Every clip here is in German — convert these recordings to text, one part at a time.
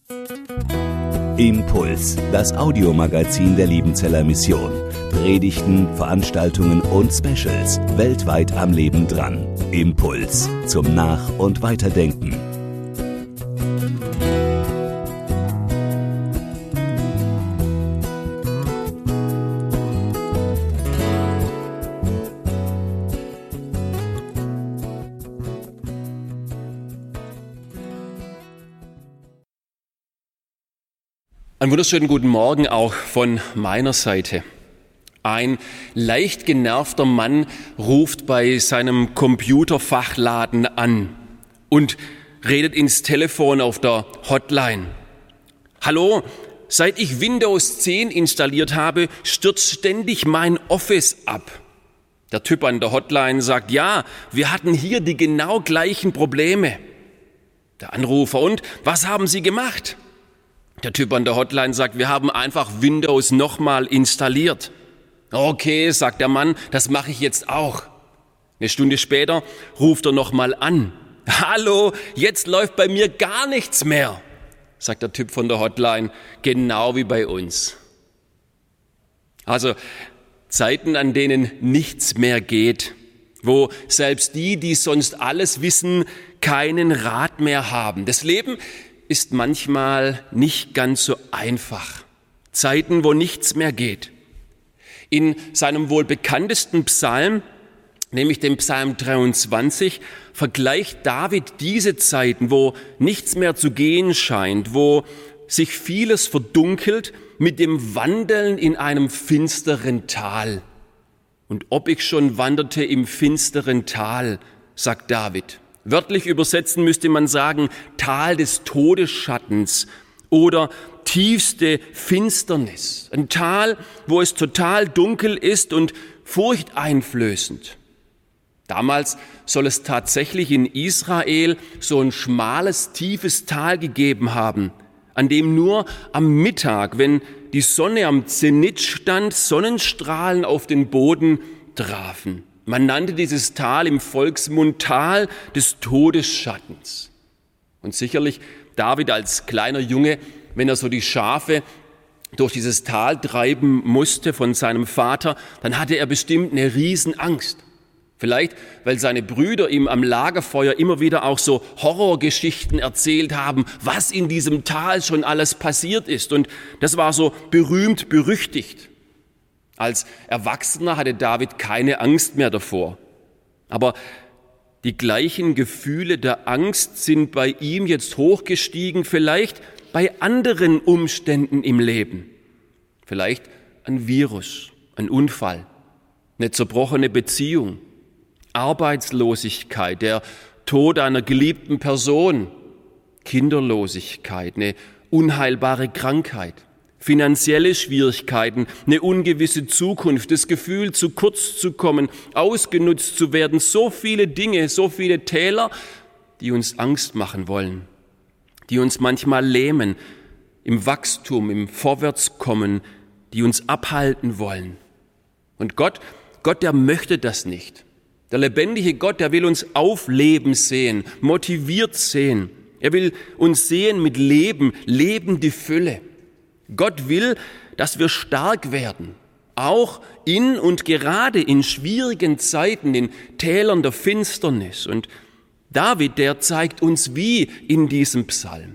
Impuls, das Audiomagazin der Liebenzeller Mission. Predigten, Veranstaltungen und Specials weltweit am Leben dran. Impuls zum Nach- und Weiterdenken. Einen wunderschönen guten Morgen auch von meiner Seite. Ein leicht genervter Mann ruft bei seinem Computerfachladen an und redet ins Telefon auf der Hotline. Hallo, seit ich Windows 10 installiert habe, stürzt ständig mein Office ab. Der Typ an der Hotline sagt, ja, wir hatten hier die genau gleichen Probleme. Der Anrufer, und was haben Sie gemacht? Der Typ an der Hotline sagt, wir haben einfach Windows nochmal installiert. Okay, sagt der Mann, das mache ich jetzt auch. Eine Stunde später ruft er nochmal an. Hallo, jetzt läuft bei mir gar nichts mehr, sagt der Typ von der Hotline, genau wie bei uns. Also Zeiten, an denen nichts mehr geht, wo selbst die sonst alles wissen, keinen Rat mehr haben. Das Leben ist manchmal nicht ganz so einfach. Zeiten, wo nichts mehr geht. In seinem wohl bekanntesten Psalm, nämlich dem Psalm 23, vergleicht David diese Zeiten, wo nichts mehr zu gehen scheint, wo sich vieles verdunkelt, mit dem Wandeln in einem finsteren Tal. Und ob ich schon wanderte im finsteren Tal, sagt David. Wörtlich übersetzen müsste man sagen, Tal des Todesschattens oder tiefste Finsternis. Ein Tal, wo es total dunkel ist und furchteinflößend. Damals soll es tatsächlich in Israel so ein schmales, tiefes Tal gegeben haben, an dem nur am Mittag, wenn die Sonne am Zenit stand, Sonnenstrahlen auf den Boden trafen. Man nannte dieses Tal im Volksmund Tal des Todesschattens. Und sicherlich David als kleiner Junge, wenn er so die Schafe durch dieses Tal treiben musste von seinem Vater, dann hatte er bestimmt eine Riesenangst. Vielleicht, weil seine Brüder ihm am Lagerfeuer immer wieder auch so Horrorgeschichten erzählt haben, was in diesem Tal schon alles passiert ist. Und das war so berühmt, berüchtigt. Als Erwachsener hatte David keine Angst mehr davor. Aber die gleichen Gefühle der Angst sind bei ihm jetzt hochgestiegen, vielleicht bei anderen Umständen im Leben. Vielleicht ein Virus, ein Unfall, eine zerbrochene Beziehung, Arbeitslosigkeit, der Tod einer geliebten Person, Kinderlosigkeit, eine unheilbare Krankheit. Finanzielle Schwierigkeiten, eine ungewisse Zukunft, das Gefühl, zu kurz zu kommen, ausgenutzt zu werden, so viele Dinge, so viele Täler, die uns Angst machen wollen, die uns manchmal lähmen im Wachstum, im Vorwärtskommen, die uns abhalten wollen. Und Gott, der möchte das nicht. Der lebendige Gott, der will uns aufleben sehen, motiviert sehen. Er will uns sehen mit Leben, lebende Fülle. Gott will, dass wir stark werden, auch in und gerade in schwierigen Zeiten, in Tälern der Finsternis. Und David, der zeigt uns wie in diesem Psalm.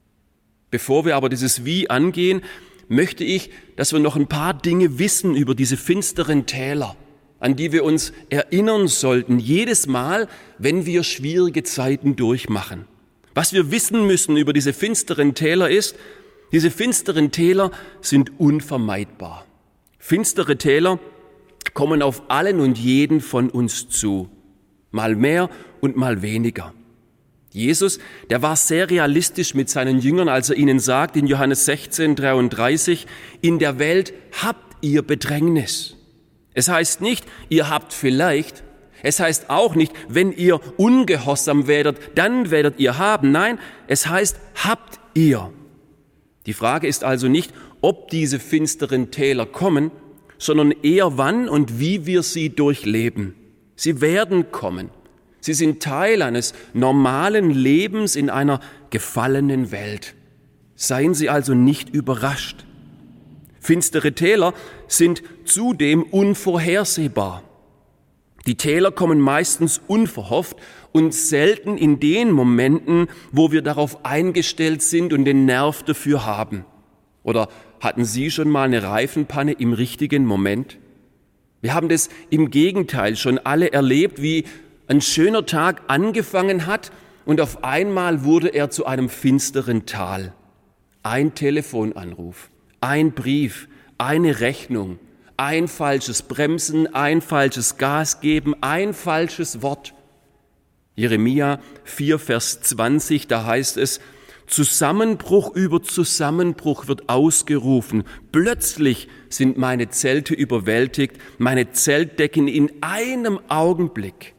Bevor wir aber dieses Wie angehen, möchte ich, dass wir noch ein paar Dinge wissen über diese finsteren Täler, an die wir uns erinnern sollten, jedes Mal, wenn wir schwierige Zeiten durchmachen. Was wir wissen müssen über diese finsteren Täler ist, diese finsteren Täler sind unvermeidbar. Finstere Täler kommen auf allen und jeden von uns zu, mal mehr und mal weniger. Jesus, der war sehr realistisch mit seinen Jüngern, als er ihnen sagt in Johannes 16,33, in der Welt habt ihr Bedrängnis. Es heißt nicht, ihr habt vielleicht. Es heißt auch nicht, wenn ihr ungehorsam werdet, dann werdet ihr haben. Nein, es heißt, habt ihr. Die Frage ist also nicht, ob diese finsteren Täler kommen, sondern eher wann und wie wir sie durchleben. Sie werden kommen. Sie sind Teil eines normalen Lebens in einer gefallenen Welt. Seien Sie also nicht überrascht. Finstere Täler sind zudem unvorhersehbar. Die Täler kommen meistens unverhofft und selten in den Momenten, wo wir darauf eingestellt sind und den Nerv dafür haben. Oder hatten Sie schon mal eine Reifenpanne im richtigen Moment? Wir haben das im Gegenteil schon alle erlebt, wie ein schöner Tag angefangen hat und auf einmal wurde er zu einem finsteren Tal. Ein Telefonanruf, ein Brief, eine Rechnung, ein falsches Bremsen, ein falsches Gas geben, ein falsches Wort. Jeremia 4, Vers 20, da heißt es, Zusammenbruch über Zusammenbruch wird ausgerufen. Plötzlich sind meine Zelte überwältigt, meine Zeltdecken in einem Augenblick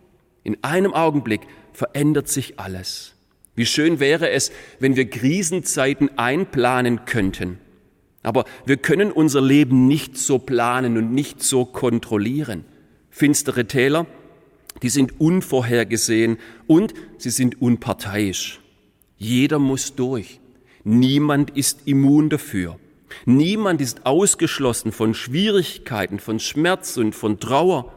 verändert sich alles. Wie schön wäre es, wenn wir Krisenzeiten einplanen könnten. Aber wir können unser Leben nicht so planen und nicht so kontrollieren. Finstere Täler, die sind unvorhergesehen und sie sind unparteiisch. Jeder muss durch. Niemand ist immun dafür. Niemand ist ausgeschlossen von Schwierigkeiten, von Schmerz und von Trauer.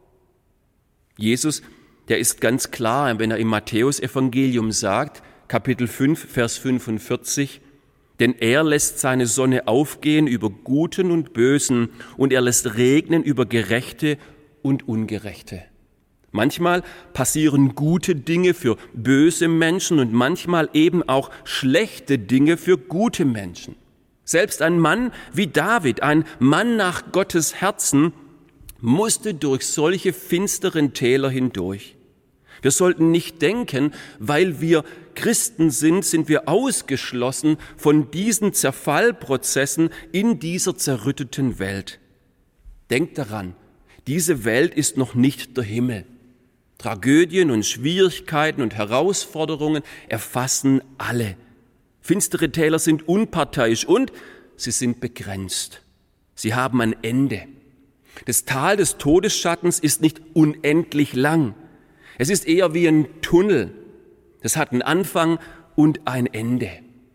Jesus, der ist ganz klar, wenn er im Matthäusevangelium sagt, Kapitel 5, Vers 45, denn er lässt seine Sonne aufgehen über Guten und Bösen und er lässt regnen über Gerechte und Ungerechte. Manchmal passieren gute Dinge für böse Menschen und manchmal eben auch schlechte Dinge für gute Menschen. Selbst ein Mann wie David, ein Mann nach Gottes Herzen, musste durch solche finsteren Täler hindurch. Wir sollten nicht denken, weil wir Christen sind wir ausgeschlossen von diesen Zerfallprozessen in dieser zerrütteten Welt. Denkt daran, diese Welt ist noch nicht der Himmel. Tragödien und Schwierigkeiten und Herausforderungen erfassen alle. Finstere Täler sind unparteiisch und sie sind begrenzt. Sie haben ein Ende. Das Tal des Todesschattens ist nicht unendlich lang. Es ist eher wie ein Tunnel. Das hat einen Anfang und ein Ende.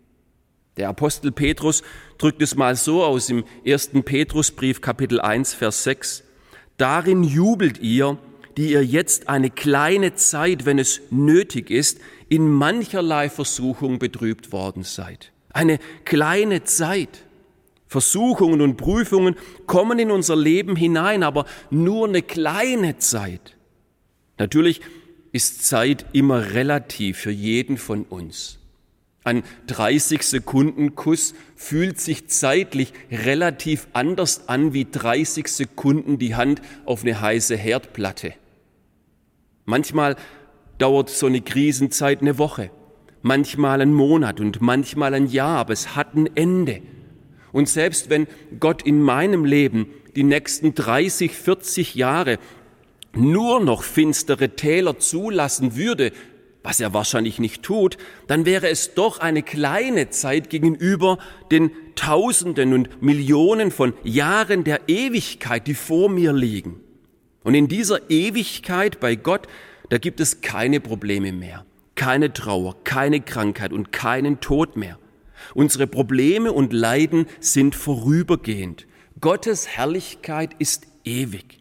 Der Apostel Petrus drückt es mal so aus im 1. Petrusbrief, Kapitel 1, Vers 6. Darin jubelt ihr, die ihr jetzt eine kleine Zeit, wenn es nötig ist, in mancherlei Versuchung betrübt worden seid. Eine kleine Zeit. Versuchungen und Prüfungen kommen in unser Leben hinein, aber nur eine kleine Zeit. Natürlich ist Zeit immer relativ für jeden von uns. Ein 30-Sekunden-Kuss fühlt sich zeitlich relativ anders an wie 30 Sekunden die Hand auf eine heiße Herdplatte. Manchmal dauert so eine Krisenzeit eine Woche, manchmal einen Monat und manchmal ein Jahr, aber es hat ein Ende. Und selbst wenn Gott in meinem Leben die nächsten 30, 40 Jahre nur noch finstere Täler zulassen würde, was er wahrscheinlich nicht tut, dann wäre es doch eine kleine Zeit gegenüber den Tausenden und Millionen von Jahren der Ewigkeit, die vor mir liegen. Und in dieser Ewigkeit bei Gott, da gibt es keine Probleme mehr, keine Trauer, keine Krankheit und keinen Tod mehr. Unsere Probleme und Leiden sind vorübergehend. Gottes Herrlichkeit ist ewig.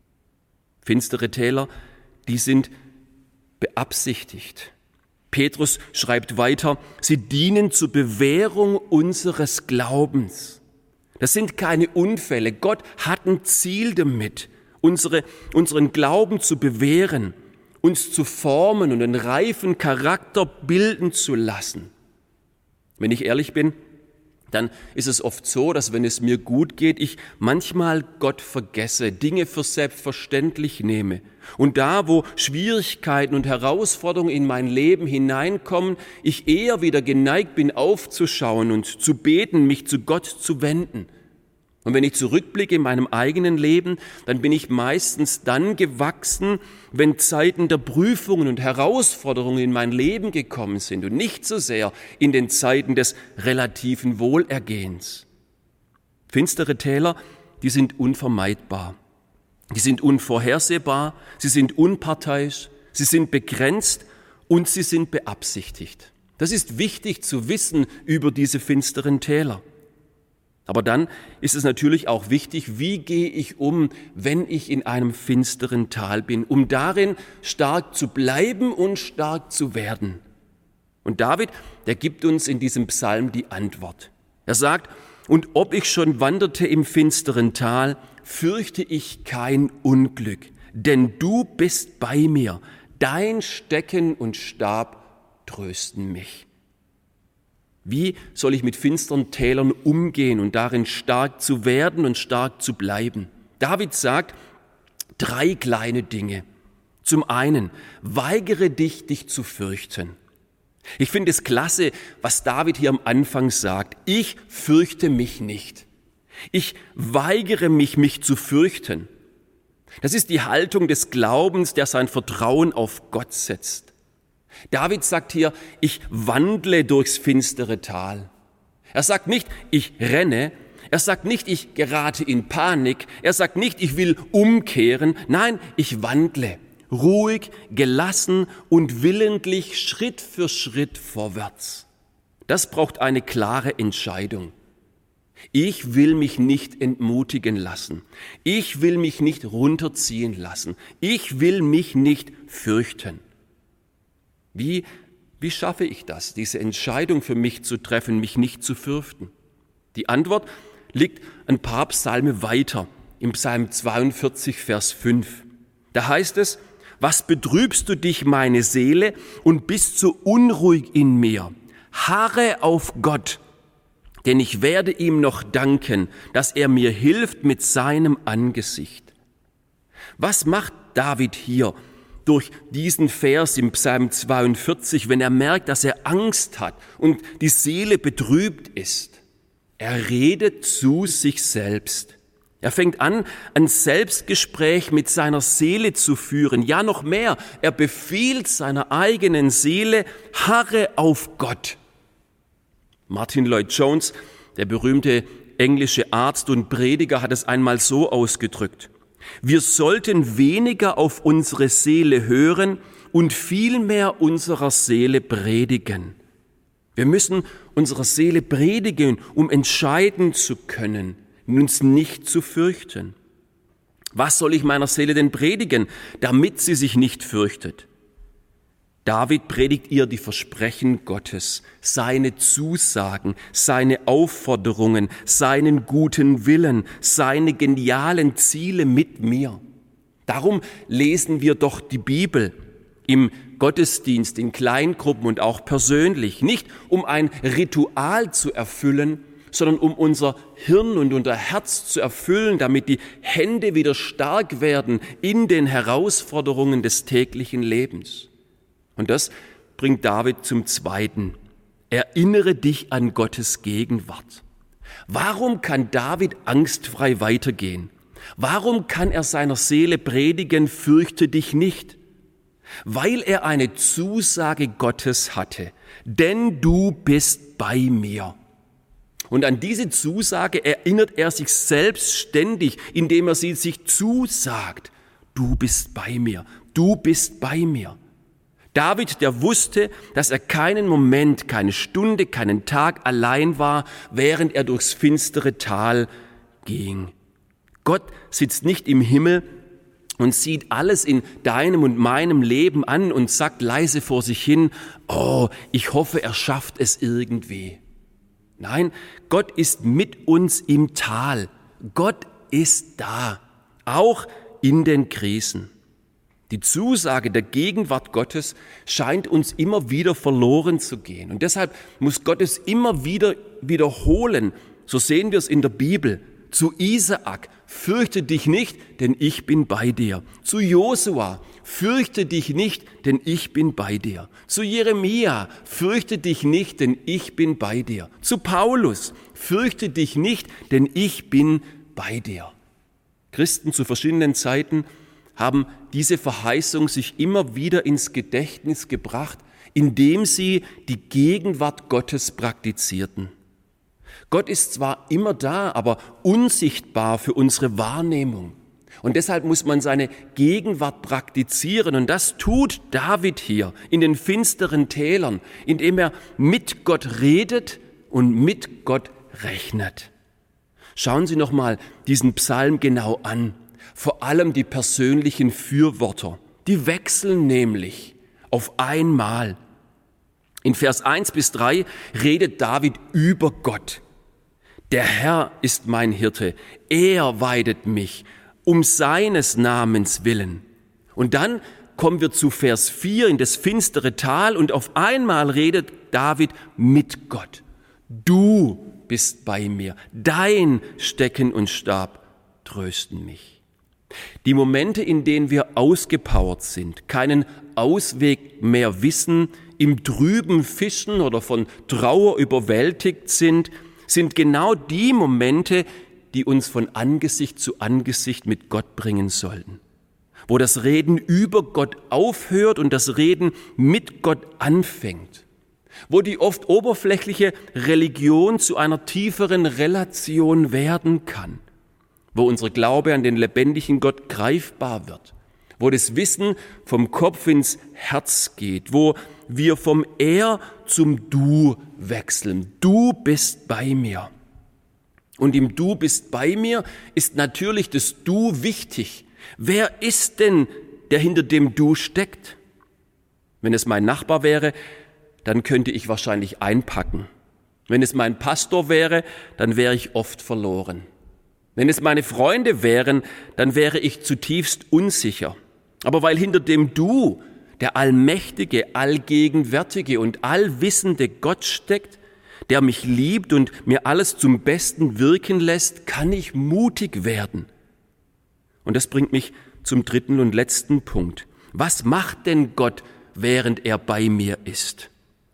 Finstere Täler, die sind beabsichtigt. Petrus schreibt weiter, sie dienen zur Bewährung unseres Glaubens. Das sind keine Unfälle. Gott hat ein Ziel damit, unseren Glauben zu bewähren, uns zu formen und einen reifen Charakter bilden zu lassen. Wenn ich ehrlich bin, dann ist es oft so, dass wenn es mir gut geht, ich manchmal Gott vergesse, Dinge für selbstverständlich nehme. Und da, wo Schwierigkeiten und Herausforderungen in mein Leben hineinkommen, ich eher wieder geneigt bin, aufzuschauen und zu beten, mich zu Gott zu wenden. Und wenn ich zurückblicke in meinem eigenen Leben, dann bin ich meistens dann gewachsen, wenn Zeiten der Prüfungen und Herausforderungen in mein Leben gekommen sind und nicht so sehr in den Zeiten des relativen Wohlergehens. Finstere Täler, die sind unvermeidbar. Die sind unvorhersehbar, sie sind unparteiisch, sie sind begrenzt und sie sind beabsichtigt. Das ist wichtig zu wissen über diese finsteren Täler. Aber dann ist es natürlich auch wichtig, wie gehe ich um, wenn ich in einem finsteren Tal bin, um darin stark zu bleiben und stark zu werden. Und David, der gibt uns in diesem Psalm die Antwort. Er sagt, und ob ich schon wanderte im finsteren Tal, fürchte ich kein Unglück, denn du bist bei mir, dein Stecken und Stab trösten mich. Wie soll ich mit finsteren Tälern umgehen und darin stark zu werden und stark zu bleiben? David sagt 3 kleine Dinge. Zum einen, weigere dich, dich zu fürchten. Ich finde es klasse, was David hier am Anfang sagt. Ich fürchte mich nicht. Ich weigere mich, mich zu fürchten. Das ist die Haltung des Glaubens, der sein Vertrauen auf Gott setzt. David sagt hier, ich wandle durchs finstere Tal. Er sagt nicht, ich renne. Er sagt nicht, ich gerate in Panik. Er sagt nicht, ich will umkehren. Nein, ich wandle. Ruhig, gelassen und willentlich Schritt für Schritt vorwärts. Das braucht eine klare Entscheidung. Ich will mich nicht entmutigen lassen. Ich will mich nicht runterziehen lassen. Ich will mich nicht fürchten. Wie schaffe ich das, diese Entscheidung für mich zu treffen, mich nicht zu fürchten? Die Antwort liegt ein paar Psalme weiter, im Psalm 42, Vers 5. Da heißt es, was betrübst du dich, meine Seele, und bist so unruhig in mir? Harre auf Gott, denn ich werde ihm noch danken, dass er mir hilft mit seinem Angesicht. Was macht David hier durch diesen Vers im Psalm 42, wenn er merkt, dass er Angst hat und die Seele betrübt ist? Er redet zu sich selbst. Er fängt an, ein Selbstgespräch mit seiner Seele zu führen. Ja, noch mehr, er befiehlt seiner eigenen Seele, harre auf Gott. Martin Lloyd-Jones, der berühmte englische Arzt und Prediger, hat es einmal so ausgedrückt. Wir sollten weniger auf unsere Seele hören und vielmehr unserer Seele predigen. Wir müssen unserer Seele predigen, um entscheiden zu können, uns nicht zu fürchten. Was soll ich meiner Seele denn predigen, damit sie sich nicht fürchtet? David predigt ihr die Versprechen Gottes, seine Zusagen, seine Aufforderungen, seinen guten Willen, seine genialen Ziele mit mir. Darum lesen wir doch die Bibel im Gottesdienst, in Kleingruppen und auch persönlich, nicht um ein Ritual zu erfüllen, sondern um unser Hirn und unser Herz zu erfüllen, damit die Hände wieder stark werden in den Herausforderungen des täglichen Lebens. Und das bringt David zum Zweiten. Erinnere dich an Gottes Gegenwart. Warum kann David angstfrei weitergehen? Warum kann er seiner Seele predigen, fürchte dich nicht? Weil er eine Zusage Gottes hatte, denn du bist bei mir. Und an diese Zusage erinnert er sich selbst ständig, indem er sie sich zusagt. Du bist bei mir, du bist bei mir. David, der wusste, dass er keinen Moment, keine Stunde, keinen Tag allein war, während er durchs finstere Tal ging. Gott sitzt nicht im Himmel und sieht alles in deinem und meinem Leben an und sagt leise vor sich hin, oh, ich hoffe, er schafft es irgendwie. Nein, Gott ist mit uns im Tal. Gott ist da, auch in den Krisen. Die Zusage der Gegenwart Gottes scheint uns immer wieder verloren zu gehen. Und deshalb muss Gott es immer wieder wiederholen. So sehen wir es in der Bibel. Zu Isaak, fürchte dich nicht, denn ich bin bei dir. Zu Josua, fürchte dich nicht, denn ich bin bei dir. Zu Jeremia, fürchte dich nicht, denn ich bin bei dir. Zu Paulus, fürchte dich nicht, denn ich bin bei dir. Christen zu verschiedenen Zeiten haben diese Verheißung sich immer wieder ins Gedächtnis gebracht, indem sie die Gegenwart Gottes praktizierten. Gott ist zwar immer da, aber unsichtbar für unsere Wahrnehmung. Und deshalb muss man seine Gegenwart praktizieren. Und das tut David hier in den finsteren Tälern, indem er mit Gott redet und mit Gott rechnet. Schauen Sie noch mal diesen Psalm genau an. Vor allem die persönlichen Fürwörter. Die wechseln nämlich auf einmal. In Vers 1-3 redet David über Gott. Der Herr ist mein Hirte, er weidet mich, um seines Namens willen. Und dann kommen wir zu Vers 4 in das finstere Tal und auf einmal redet David mit Gott. Du bist bei mir, dein Stecken und Stab trösten mich. Die Momente, in denen wir ausgepowert sind, keinen Ausweg mehr wissen, im Trüben fischen oder von Trauer überwältigt sind genau die Momente, die uns von Angesicht zu Angesicht mit Gott bringen sollten. Wo das Reden über Gott aufhört und das Reden mit Gott anfängt. Wo die oft oberflächliche Religion zu einer tieferen Relation werden kann. Wo unser Glaube an den lebendigen Gott greifbar wird. Wo das Wissen vom Kopf ins Herz geht. Wo wir vom Er zum Du wechseln. Du bist bei mir. Und im Du bist bei mir ist natürlich das Du wichtig. Wer ist denn, der hinter dem Du steckt? Wenn es mein Nachbar wäre, dann könnte ich wahrscheinlich einpacken. Wenn es mein Pastor wäre, dann wäre ich oft verloren. Wenn es meine Freunde wären, dann wäre ich zutiefst unsicher. Aber weil hinter dem Du der allmächtige, allgegenwärtige und allwissende Gott steckt, der mich liebt und mir alles zum Besten wirken lässt, kann ich mutig werden. Und das bringt mich zum dritten und letzten Punkt. Was macht denn Gott, während er bei mir ist?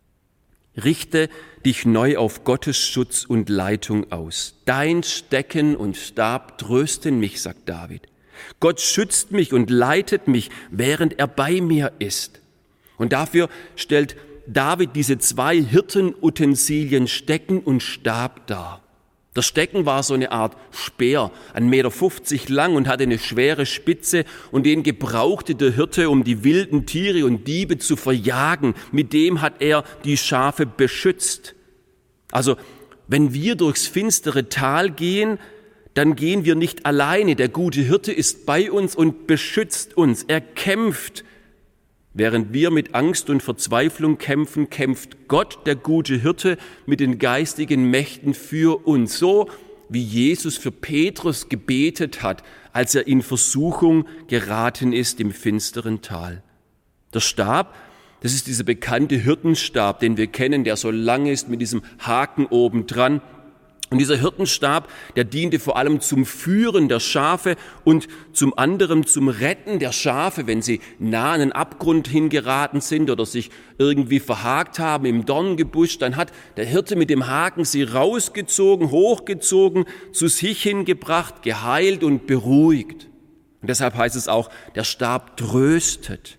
Richte dich neu auf Gottes Schutz und Leitung aus. Dein Stecken und Stab trösten mich, sagt David. Gott schützt mich und leitet mich, während er bei mir ist. Und dafür stellt David diese zwei Hirtenutensilien Stecken und Stab dar. Das Stecken war so eine Art Speer, 1,50 Meter lang und hatte eine schwere Spitze und den gebrauchte der Hirte, um die wilden Tiere und Diebe zu verjagen. Mit dem hat er die Schafe beschützt. Also, wenn wir durchs finstere Tal gehen, dann gehen wir nicht alleine. Der gute Hirte ist bei uns und beschützt uns. Er kämpft. Während wir mit Angst und Verzweiflung kämpfen, kämpft Gott, der gute Hirte, mit den geistigen Mächten für uns. So wie Jesus für Petrus gebetet hat, als er in Versuchung geraten ist im finsteren Tal. Der Stab, das ist dieser bekannte Hirtenstab, den wir kennen, der so lang ist mit diesem Haken oben dran. Und dieser Hirtenstab, der diente vor allem zum Führen der Schafe und zum anderen zum Retten der Schafe, wenn sie nah an den Abgrund hingeraten sind oder sich irgendwie verhakt haben im Dorngebüsch. Dann hat der Hirte mit dem Haken sie rausgezogen, hochgezogen, zu sich hingebracht, geheilt und beruhigt. Und deshalb heißt es auch, der Stab tröstet.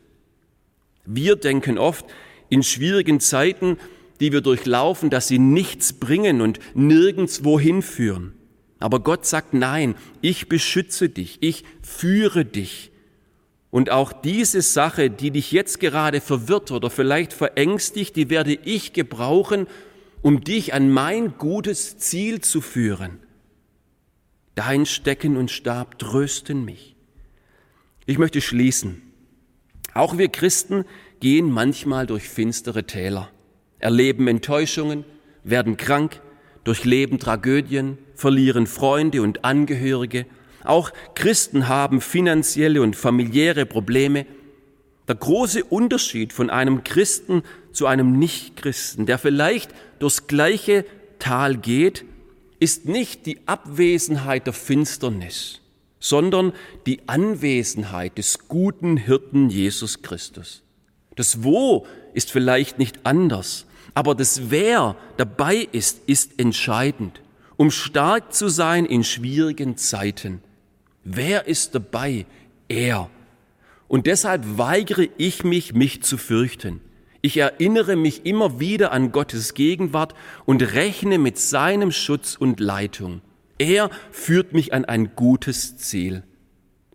Wir denken oft in schwierigen Zeiten, die wir durchlaufen, dass sie nichts bringen und nirgendwo hinführen. Aber Gott sagt, nein, ich beschütze dich, ich führe dich. Und auch diese Sache, die dich jetzt gerade verwirrt oder vielleicht verängstigt, die werde ich gebrauchen, um dich an mein gutes Ziel zu führen. Dein Stecken und Stab trösten mich. Ich möchte schließen. Auch wir Christen gehen manchmal durch finstere Täler. Erleben Enttäuschungen, werden krank, durchleben Tragödien, verlieren Freunde und Angehörige. Auch Christen haben finanzielle und familiäre Probleme. Der große Unterschied von einem Christen zu einem Nichtchristen, der vielleicht durchs gleiche Tal geht, ist nicht die Abwesenheit der Finsternis, sondern die Anwesenheit des guten Hirten Jesus Christus. Das Wo ist vielleicht nicht anders, aber das Wer dabei ist entscheidend, um stark zu sein in schwierigen Zeiten. Wer ist dabei? Er. Und deshalb weigere ich mich zu fürchten. Ich erinnere mich immer wieder an Gottes Gegenwart und rechne mit seinem Schutz und Leitung. Er führt mich an ein gutes Ziel.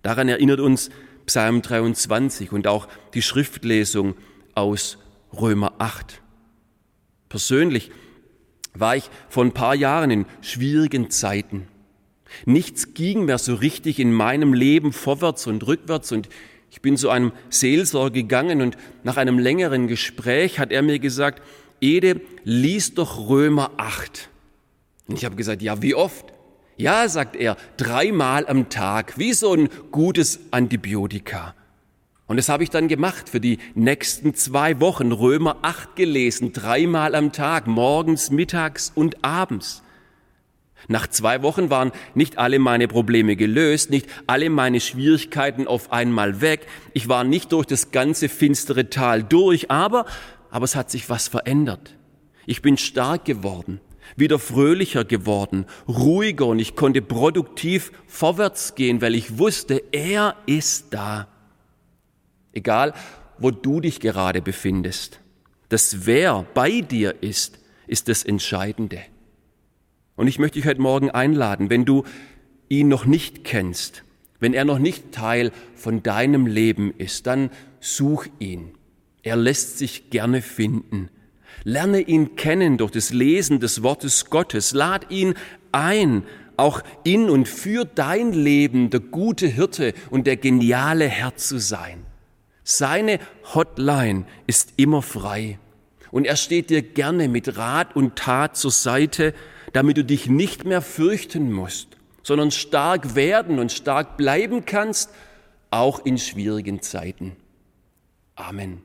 Daran erinnert uns Psalm 23 und auch die Schriftlesung aus Römer 8. Persönlich war ich vor ein paar Jahren in schwierigen Zeiten. Nichts ging mehr so richtig in meinem Leben vorwärts und rückwärts und ich bin zu einem Seelsorger gegangen und nach einem längeren Gespräch hat er mir gesagt, Ede, lies doch Römer 8. Und ich habe gesagt, ja, wie oft? Ja, sagt er, 3-mal am Tag, wie so ein gutes Antibiotika. Und das habe ich dann gemacht für die nächsten 2 Wochen, Römer 8 gelesen, 3-mal am Tag, morgens, mittags und abends. Nach 2 Wochen waren nicht alle meine Probleme gelöst, nicht alle meine Schwierigkeiten auf einmal weg. Ich war nicht durch das ganze finstere Tal durch, aber es hat sich was verändert. Ich bin stark geworden, wieder fröhlicher geworden, ruhiger und ich konnte produktiv vorwärts gehen, weil ich wusste, er ist da. Egal, wo du dich gerade befindest, das Wer bei dir ist das Entscheidende. Und ich möchte dich heute Morgen einladen, wenn du ihn noch nicht kennst, wenn er noch nicht Teil von deinem Leben ist, dann such ihn. Er lässt sich gerne finden. Lerne ihn kennen durch das Lesen des Wortes Gottes. Lad ihn ein, auch in und für dein Leben der gute Hirte und der geniale Herr zu sein. Seine Hotline ist immer frei und er steht dir gerne mit Rat und Tat zur Seite, damit du dich nicht mehr fürchten musst, sondern stark werden und stark bleiben kannst, auch in schwierigen Zeiten. Amen.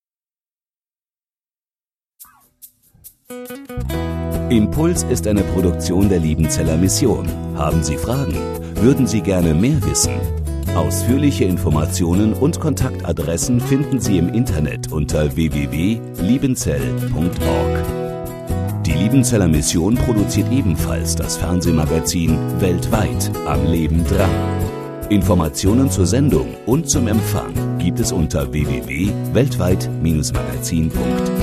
Impuls ist eine Produktion der Liebenzeller Mission. Haben Sie Fragen? Würden Sie gerne mehr wissen? Ausführliche Informationen und Kontaktadressen finden Sie im Internet unter www.liebenzell.org. Die Liebenzeller Mission produziert ebenfalls das Fernsehmagazin Weltweit am Leben dran. Informationen zur Sendung und zum Empfang gibt es unter www.weltweit-magazin.de.